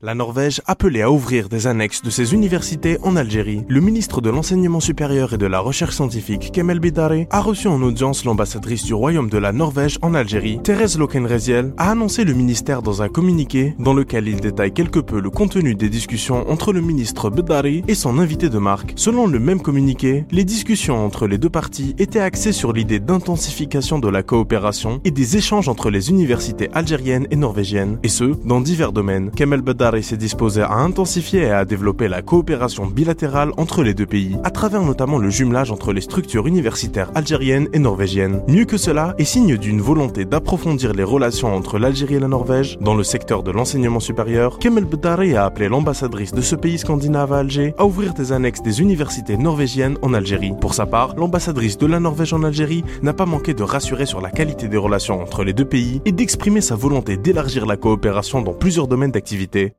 La Norvège appelait à ouvrir des annexes de ses universités en Algérie. Le ministre de l'Enseignement supérieur et de la Recherche scientifique, Kemal Bidare, a reçu en audience l'ambassadrice du Royaume de la Norvège en Algérie, Therese Lokenreziel, a annoncé le ministère dans un communiqué dans lequel il détaille quelque peu le contenu des discussions entre le ministre Bidare et son invité de marque. Selon le même communiqué, les discussions entre les deux parties étaient axées sur l'idée d'intensification de la coopération et des échanges entre les universités algériennes et norvégiennes, et ce, dans divers domaines. Kemal Bidare s'est disposé à intensifier et à développer la coopération bilatérale entre les deux pays, à travers notamment le jumelage entre les structures universitaires algériennes et norvégiennes. Mieux que cela, et signe d'une volonté d'approfondir les relations entre l'Algérie et la Norvège, dans le secteur de l'enseignement supérieur, Kemal Bidare a appelé l'ambassadrice de ce pays scandinave à Alger à ouvrir des annexes des universités norvégiennes en Algérie. Pour sa part, l'ambassadrice de la Norvège en Algérie n'a pas manqué de rassurer sur la qualité des relations entre les deux pays et d'exprimer sa volonté d'élargir la coopération dans plusieurs domaines d'activité.